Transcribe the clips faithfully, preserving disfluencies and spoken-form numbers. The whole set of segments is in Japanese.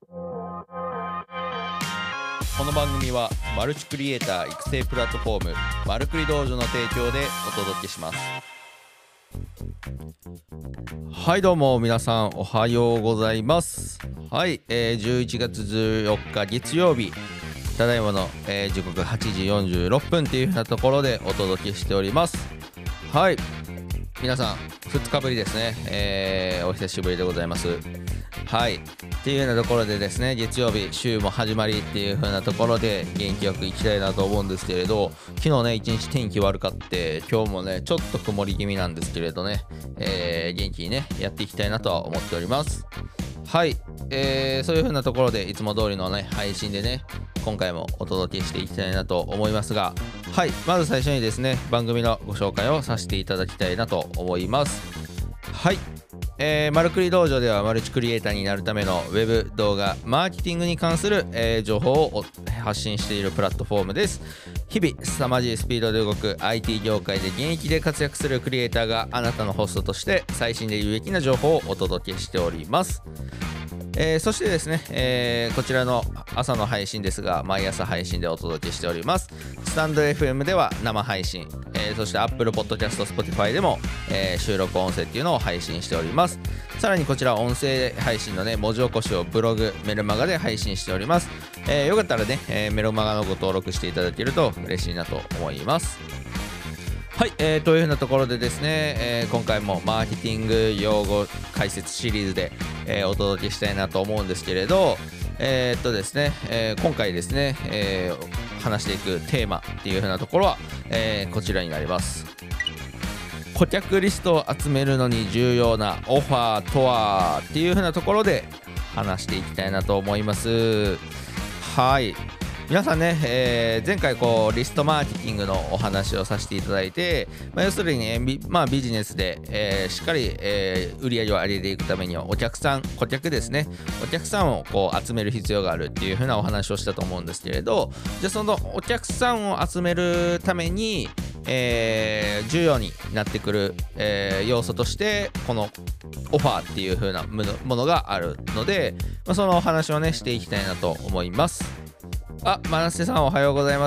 この番組はマルチクリエイター育成プラットフォームマルクリ道場の提供でお届けします。はいどうも皆さんおはようございます。はい、えー、じゅういちがつじゅうよっか月曜日、ただいまの、えー、時刻はちじよんじゅうろっぷんというふうなところでお届けしております。はい、皆さんふつかぶりですね、えー、お久しぶりでございます。はいっていうようなところでですね、月曜日週も始まりっていう風なところで元気よくいきたいなと思うんですけれど、昨日ね一日天気悪かって今日もねちょっと曇り気味なんですけれどね、えー、元気にねやっていきたいなとは思っております。はい、えー、そういう風なところでいつも通りのね配信でね今回もお届けしていきたいなと思いますが、はい、まず最初にですね番組のご紹介をさせていただきたいなと思います。はい、えー、マルクリ道場ではマルチクリエイターになるためのウェブ動画マーケティングに関する、えー、情報を発信しているプラットフォームです。日々凄まじいスピードで動く アイティー 業界で現役で活躍するクリエイターがあなたのホストとして最新で有益な情報をお届けしております。えー、そしてですね、えー、こちらの朝の配信ですが毎朝配信でお届けしております。スタンド エフエム では生配信、えー、そして Apple Podcast、Spotify でも、えー、収録音声っていうのを配信しております。さらにこちら音声配信のね文字起こしをブログ、メルマガで配信しております。えー、よかったらね、えー、メルマガのご登録していただけると嬉しいなと思います。はい、えー、というふうなところでですね、えー、今回もマーケティング用語解説シリーズで、えー、お届けしたいなと思うんですけれど、えー、っとですね、えー、今回ですね、えー、話していくテーマっていうふうなところは、えー、こちらになります。顧客リストを集めるのに重要なオファーとはっていうふうなところで話していきたいなと思います。はい、皆さんね、えー、前回こうリストマーケティングのお話をさせていただいて、まあ、要するに、ねビまあ、ビジネスで、えー、しっかり、えー、売り上げを上げていくためにはお客さん、顧客ですね、お客さんをこう集める必要があるっていう風なお話をしたと思うんですけれど、じゃあそのお客さんを集めるために、えー、重要になってくる、えー、要素としてこのオファーっていう風なものがあるので、まあ、そのお話をねしていきたいなと思います。あ、マナステさんおはようございます。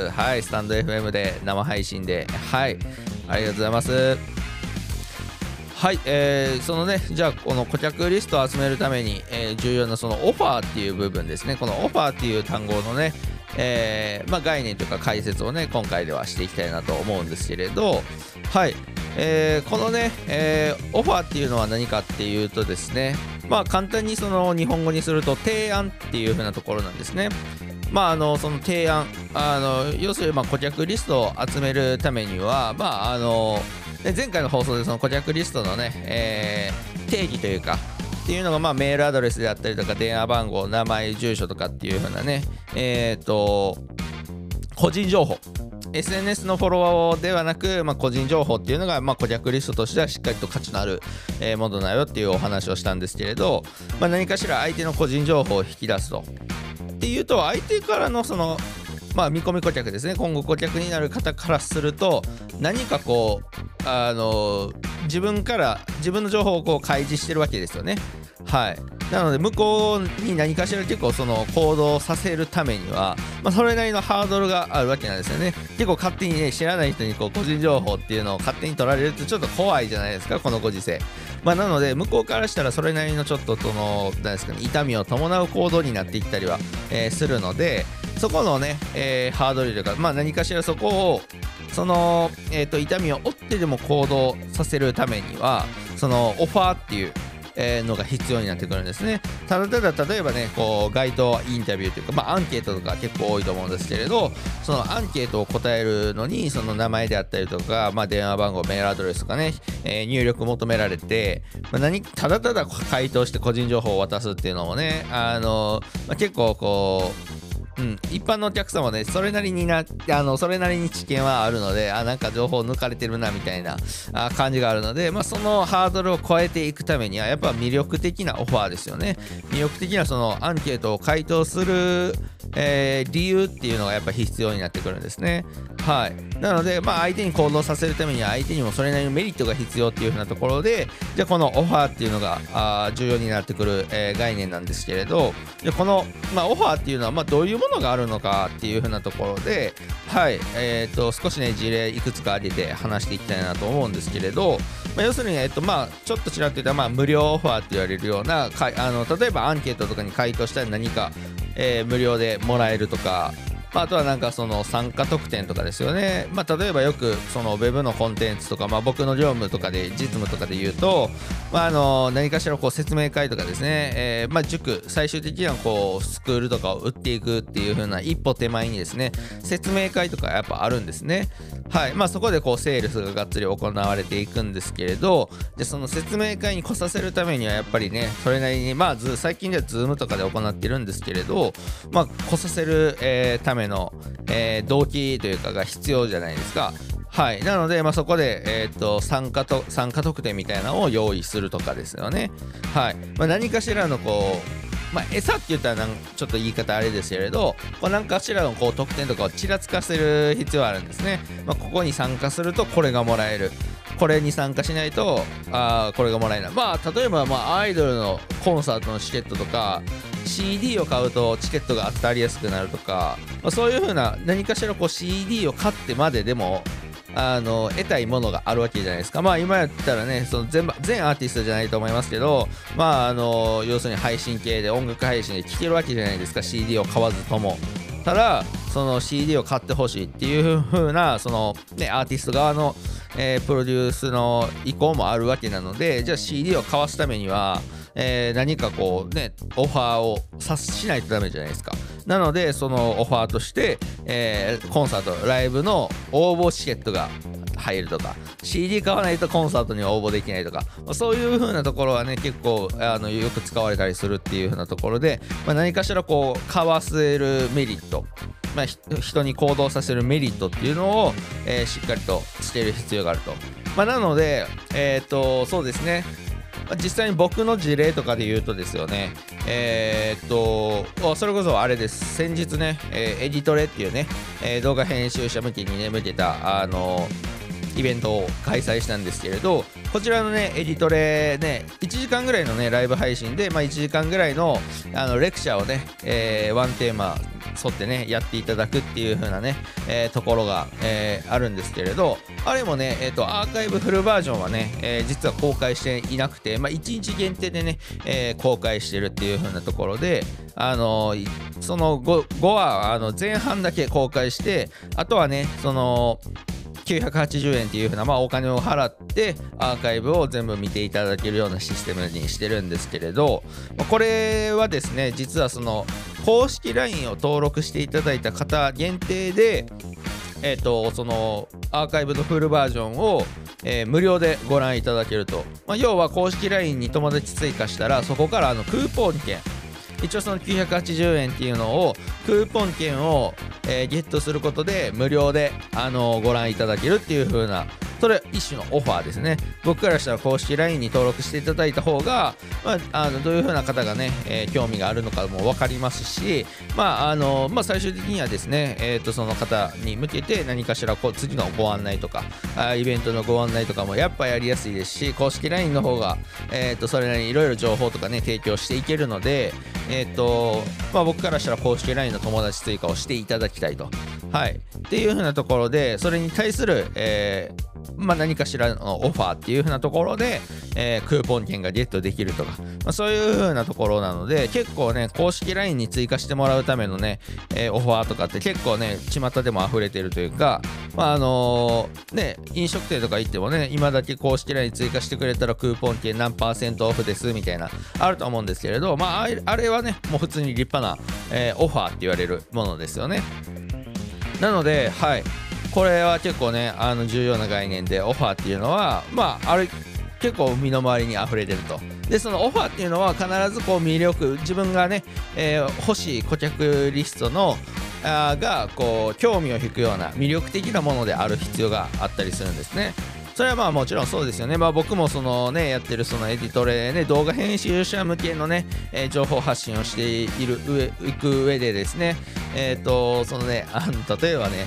はい、スタンド エフエム で生配信で、はい、ありがとうございます。はい、えー、そのね、じゃあこの顧客リストを集めるために、えー、重要なそのオファーっていう部分ですね。このオファーっていう単語のね、えーまあ、概念というか解説をね今回ではしていきたいなと思うんですけれど、はい、えー、このね、えー、オファーっていうのは何かっていうとですね、まあ簡単にその日本語にすると提案っていう風なところなんですね。まあ、あのその提案、あの要するにまあ顧客リストを集めるためには、まああの前回の放送でその顧客リストのね、えー、定義というかっていうのが、まあメールアドレスであったりとか電話番号、名前、住所とかっていう風なね、えーと個人情報、 エスエヌエス のフォロワーではなく、まあ、個人情報っていうのが、まあ、顧客リストとしてはしっかりと価値のある、えー、ものだよっていうお話をしたんですけれど、まあ、何かしら相手の個人情報を引き出すとっていうと、相手からのその、まあ、見込み顧客ですね、今後顧客になる方からすると何かこうあの自分から自分の情報をこう開示してるわけですよね。はい、なので向こうに何かしら結構その行動させるためには、まあ、それなりのハードルがあるわけなんですよね。結構勝手にね知らない人にこう個人情報っていうのを勝手に取られるとちょっと怖いじゃないですか、このご時世。まあ、なので向こうからしたらそれなりのちょっとその何ですかね、痛みを伴う行動になっていったりは、えー、するので、そこのね、えー、ハードルというか、まあ、何かしらそこをその、えー、と痛みを負ってでも行動させるためにはそのオファーっていうえー、のが必要になってくるんですね。ただただ例えばねこう街頭インタビューというか、まあ、アンケートとか結構多いと思うんですけれど、そのアンケートを答えるのにその名前であったりとか、まあ、電話番号、メールアドレスとかね、えー、入力求められて、まあ、何ただただ回答して個人情報を渡すっていうのもね、あのーまあ、結構こううん、一般のお客様ねそれなりになあのそれなりに知見はあるので、あなんか情報抜かれてるなみたいなあ感じがあるので、まあ、そのハードルを超えていくためにはやっぱ魅力的なオファーですよね。魅力的なそのアンケートを回答する、えー、理由っていうのがやっぱ必要になってくるんですね。 はい、なので、まあ、相手に行動させるためには相手にもそれなりのメリットが必要っていう風なところで、じゃあこのオファーっていうのがあ重要になってくる、えー、概念なんですけれど、でこの、まあ、オファーっていうのはまあどういうものがあるのかっていう風なところで、はい、えー、と少しね事例いくつか挙げて話していきたいなと思うんですけれど、まあ、要するに、えーとまあ、ちょっとちらっと言ったら、まあ、無料オファーって言われるようなかあの例えばアンケートとかに回答したら何か、えー、無料でもらえるとか、まあ、あとはなんかその参加特典とかですよね。まあ、例えばよくそのウェブのコンテンツとか、まあ、僕の業務とかで実務とかで言うと、まあ、あの何かしらこう説明会とかですね、えー、まあ塾最終的にはこうスクールとかを売っていくっていう風な一歩手前にですね説明会とかやっぱあるんですね。はい、まあ、そこでこうセールスががっつり行われていくんですけれど、でその説明会に来させるためにはやっぱりねそれなりにまあず最近では Zoom とかで行ってるんですけれど、まあ、来させる、えー、ための、えー、動機というかが必要じゃないですか。はい、なので、まあ、そこで、えー、と参加と参加特典みたいなのを用意するとかですよね。はい、まあ、何かしらのこうまあ、餌って言ったらなんちょっと言い方あれですけれど、こう何かしらのこう特典とかをちらつかせる必要があるんですね。まあ、ここに参加するとこれがもらえる、これに参加しないとあこれがもらえない。まあ例えば、まあアイドルのコンサートのチケットとか シーディー を買うとチケットが当たりやすくなるとか、まあ、そういう風な何かしらこう シーディー を買ってまででもあの得たいものがあるわけじゃないですか。まあ今やったらねその 全, 全アーティストじゃないと思いますけど、まああの要するに配信系で音楽配信で聴けるわけじゃないですか、 シーディー を買わずとも。ただその シーディー を買ってほしいっていう風なそのねアーティスト側の、えー、プロデュースの意向もあるわけなので、じゃあ シーディー を買わすためにはえー、何かこうねオファーをさしないとダメじゃないですか。なのでそのオファーとして、えー、コンサートライブの応募チケットが入るとか シーディー 買わないとコンサートに応募できないとか、まあ、そういう風なところはね結構あのよく使われたりするっていう風なところで、まあ、何かしらこう買わせるメリット、まあ、人に行動させるメリットっていうのを、えー、しっかりとつける必要があると。まあ、なのでえっ、ー、とそうですね、実際に僕の事例とかで言うとですよね、えー、っとそれこそあれです、先日ね、えー、エディトレっていうね、えー、動画編集者向けにね向けたあのイベントを開催したんですけれど、こちらのねエディトレねいちじかんぐらいのねライブ配信で、まあ、いちじかんぐらいのあのレクチャーをね、えー、ワンテーマ沿ってねやっていただくっていう風なね、えー、ところが、えー、あるんですけれど、あれもね、えー、とアーカイブフルバージョンはね、えー、実は公開していなくて、まあ、いちにち限定でね、えー、公開してるっていう風なところで、あのー、その 5, 5はあの前半だけ公開して、あとはねそのきゅうひゃくはちじゅうえんっていう風な、まあ、お金を払ってアーカイブを全部見ていただけるようなシステムにしてるんですけれど、これはですね実はその公式 ライン を登録していただいた方限定で、えー、とそのアーカイブのフルバージョンを、えー、無料でご覧いただけると、まあ、要は公式 ライン に友達追加したらそこからあのクーポン券、一応そのきゅうひゃくはちじゅうえんっていうのをクーポン券を、えー、ゲットすることで無料で、あのー、ご覧いただけるっていう風な、それ一種のオファーですね。僕からしたら公式 ライン に登録していただいた方が、まあ、あのどういう風な方がね、えー、興味があるのかも分かりますし、まああのまあ、最終的にはですね、えー、とその方に向けて何かしらこう次のご案内とかあイベントのご案内とかもやっぱやりやすいですし、公式 ライン の方が、えー、とそれなりにいろいろ情報とかね提供していけるので、えーとまあ、僕からしたら公式 ライン の友達追加をしていただきたいと、はい、っていう風なところで、それに対する、えーまあ、何かしらのオファーっていう風なところで、えー、クーポン券がゲットできるとか、まあ、そういう風なところなので、結構ね公式 ライン に追加してもらうためのね、えー、オファーとかって結構ね巷でも溢れてるというか、まああのー、ね飲食店とか行ってもね今だけ公式 ライン に追加してくれたらクーポン券何パーセントオフですみたいなあると思うんですけれど、まああれはねもう普通に立派な、えー、オファーって言われるものですよね。なのではい、これは結構ねあの重要な概念で、オファーっていうのはまああれ結構身の回りに溢れてると。でそのオファーっていうのは必ずこう魅力、自分がね、えー、欲しい顧客リストのあがこう興味を引くような魅力的なものである必要があったりするんですね。それはまあもちろんそうですよね。まあ僕もそのねやってるそのエディトレね動画編集者向けのね、えー、情報発信をしている上いく上でですね、えっ、ー、とそのねあの例えばね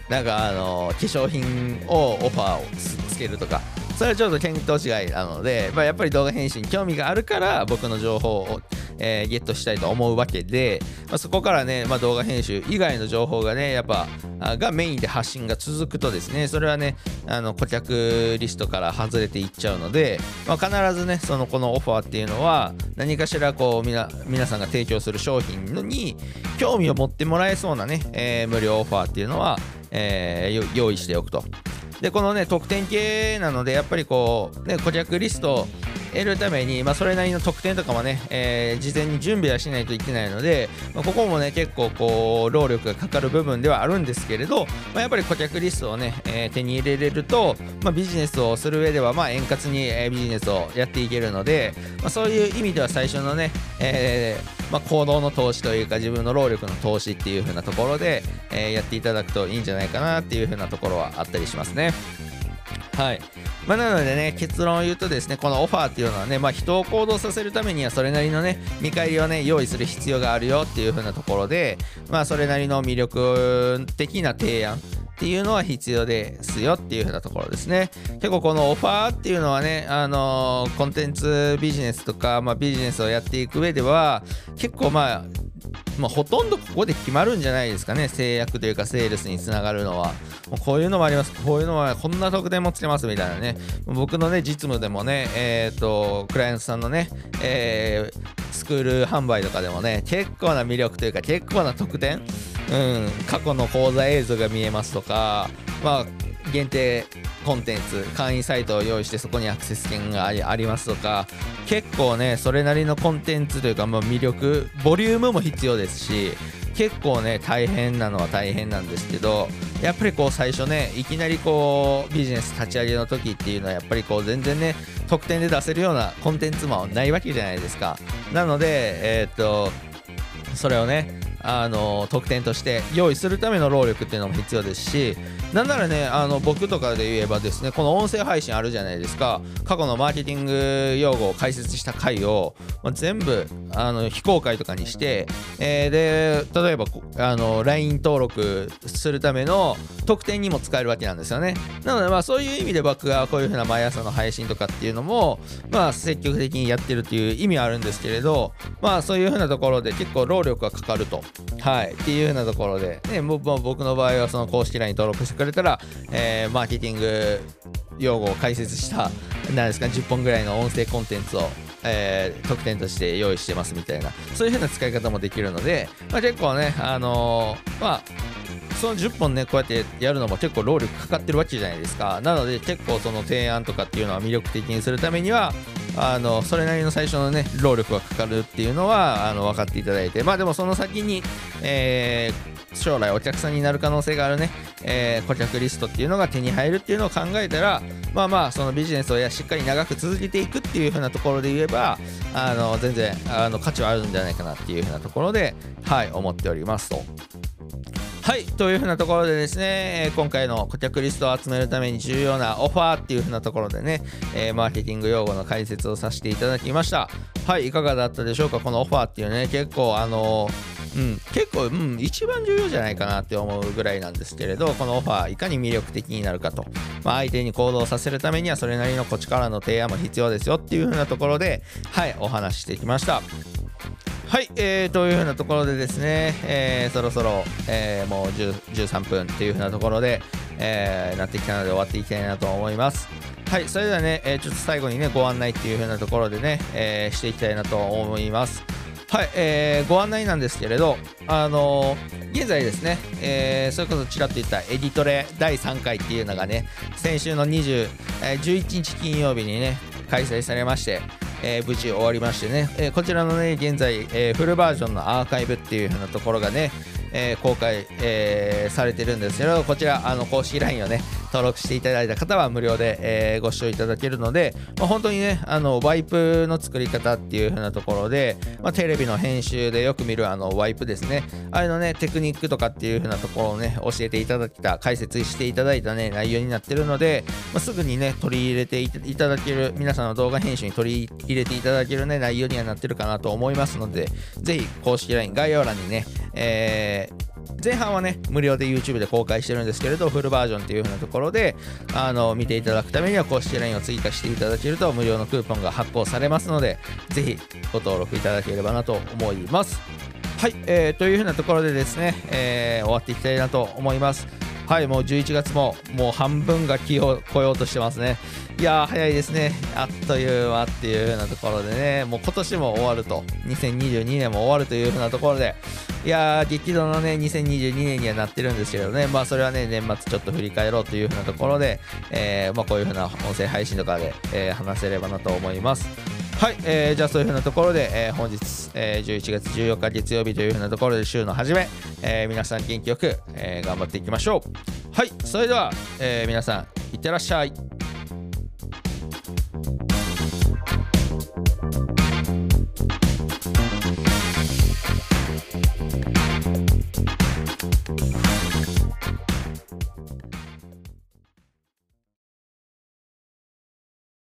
なんかあの化粧品をオファーをつけるとか、それはちょっと見当違いなので、まあ、やっぱり動画編集に興味があるから僕の情報を、えー、ゲットしたいと思うわけで、まあ、そこからね、まあ、動画編集以外の情報がねやっぱがメインで発信が続くとですね、それはねあの顧客リストから外れていっちゃうので、まあ、必ずねそのこのオファーっていうのは何かしらこうみな皆さんが提供する商品に興味を持ってもらえそうなね、えー、無料オファーっていうのは、えー、用意しておくと。でこのね特典系なのでやっぱりこうね顧客リストを得るために、まあ、それなりの特典とかもね、えー、事前に準備はしないといけないので、まあ、ここもね結構こう労力がかかる部分ではあるんですけれど、まあ、やっぱり顧客リストをね、えー、手に入れれると、まあ、ビジネスをする上ではまあ円滑に、えー、ビジネスをやっていけるので、まあ、そういう意味では最初のね、えーまあ、行動の投資というか自分の労力の投資っていう風なところで、えー、やっていただくといいんじゃないかなっていう風なところはあったりしますね。はい。まあ、なのでね、結論を言うとですね、このオファーっていうのはね、まあ、人を行動させるためにはそれなりのね、見返りをね、用意する必要があるよっていう風なところで、まあ、それなりの魅力的な提案っていうのは必要ですよっていう風なところですね。結構このオファーっていうのはね、あのー、コンテンツビジネスとか、まあ、ビジネスをやっていく上では、結構まあ、まあ、ほとんどここで決まるんじゃないですかね。制約というかセールスにつながるのはもうこういうのもあります、こういうのはこんな特典もつけますみたいなね。僕のね実務でもね、えっとクライアントさんのね、えー、スクール販売とかでもね結構な魅力というか結構な特典、うん、過去の講座映像が見えますとか、まあ限定コンテンツ会員サイトを用意してそこにアクセス権があり、ありますとか、結構ねそれなりのコンテンツというか、まあ、魅力ボリュームも必要ですし、結構ね大変なのは大変なんですけど、やっぱりこう最初ねいきなりこうビジネス立ち上げの時っていうのはやっぱりこう全然ね特典で出せるようなコンテンツもないわけじゃないですか。なのでえー、っとそれをねあの特典として用意するための労力っていうのも必要ですし、なんならねあの僕とかで言えばですね、この音声配信あるじゃないですか。過去のマーケティング用語を解説した回を、まあ、全部あの非公開とかにして、えー、で例えばあの ライン 登録するための特典にも使えるわけなんですよね。なのでまあそういう意味で僕がこういう風な毎朝の配信とかっていうのもまあ積極的にやってるっていう意味はあるんですけれど、まあそういう風なところで結構労力がかかると、はいっていう風なところでね、僕の場合はその公式 ライン 登録してくれたら、えー、マーケティング用語を解説した何ですかじゅっぽんぐらいの音声コンテンツを、えー、特典として用意してますみたいな、そういう風な使い方もできるので、まあ、結構ねあのー、まあそのじゅっぽんねこうやってやるのも結構労力かかってるわけじゃないですか。なので結構その提案とかっていうのは魅力的にするためにはあのそれなりの最初のね労力がかかるっていうのはあの分かっていただいて、まあでもその先に、えー、将来お客さんになる可能性があるね、えー、顧客リストっていうのが手に入るっていうのを考えたら、まあまあそのビジネスをやしっかり長く続けていくっていう風なところで言えばあの全然あの価値はあるんじゃないかなっていう風なところではい思っておりますと。はいというふうなところでですね、今回の顧客リストを集めるために重要なオファーっていうふうなところでね、えー、マーケティング用語の解説をさせていただきました。はい、いかがだったでしょうか。このオファーっていうね結構あのー、うん結構、うん、一番重要じゃないかなって思うぐらいなんですけれど、このオファーいかに魅力的になるかと、まあ、相手に行動させるためにはそれなりのこっちからの提案も必要ですよっていうふうなところではいお話ししてきました。はい、えー、というふうなところでですね、えー、そろそろ、えー、もうじゅう、じゅうさんぷんっていうふうなところで、えー、なってきたので終わっていきたいなと思います。はい、それではね、えー、ちょっと最後にねご案内っていうふうなところでね、えー、していきたいなと思います。はい、えー、ご案内なんですけれど、あのー、現在ですね、えー、それこそちらっと言ったエディトレだいさんかいっていうのがね先週のにじゅう、えー、じゅういちにち金曜日にね開催されまして、えー、無事終わりましてね、えー、こちらのね現在、えー、フルバージョンのアーカイブっていう風なところがね、えー、公開、えー、されてるんですけど、こちらあの公式 ライン をね登録していただいた方は無料で、えーご視聴いただけるので、まあ、本当にね、あのワイプの作り方っていう風なところで、まあ、テレビの編集でよく見るあのワイプですね、あれのねテクニックとかっていう風なところをね教えていただいた、解説していただいたね内容になってるので、まあ、すぐにね取り入れていただける、皆さんの動画編集に取り入れていただけるね内容にはなってるかなと思いますので、ぜひ公式 ライン 概要欄にね、えー前半はね無料で YouTube で公開してるんですけれど、フルバージョンっていう風なところであの見ていただくためには公式 ライン を追加していただけると無料のクーポンが発行されますので、ぜひご登録いただければなと思います。はい、えー、という風なところでですね、えー終わっていきたいなと思います。はい、もうじゅういちがつももう半分が来よう、来ようとしてますね。いやー早いですね。あっという間っていう風なところでね、もう今年も終わると、にせんにじゅうにねんも終わるという風なところで、いやー激動のねにせんにじゅうにねんにはなってるんですけどね、まあそれはね年末ちょっと振り返ろうという風なところで、えーまあ、こういう風な音声配信とかで、えー話せればなと思います。はい、えー、じゃあそういう風なところで、えー本日、えーじゅういちがつじゅうよっか月曜日という風なところで週の初め、えー皆さん元気よく、えー頑張っていきましょう。はい、それでは、えー皆さんいってらっしゃい。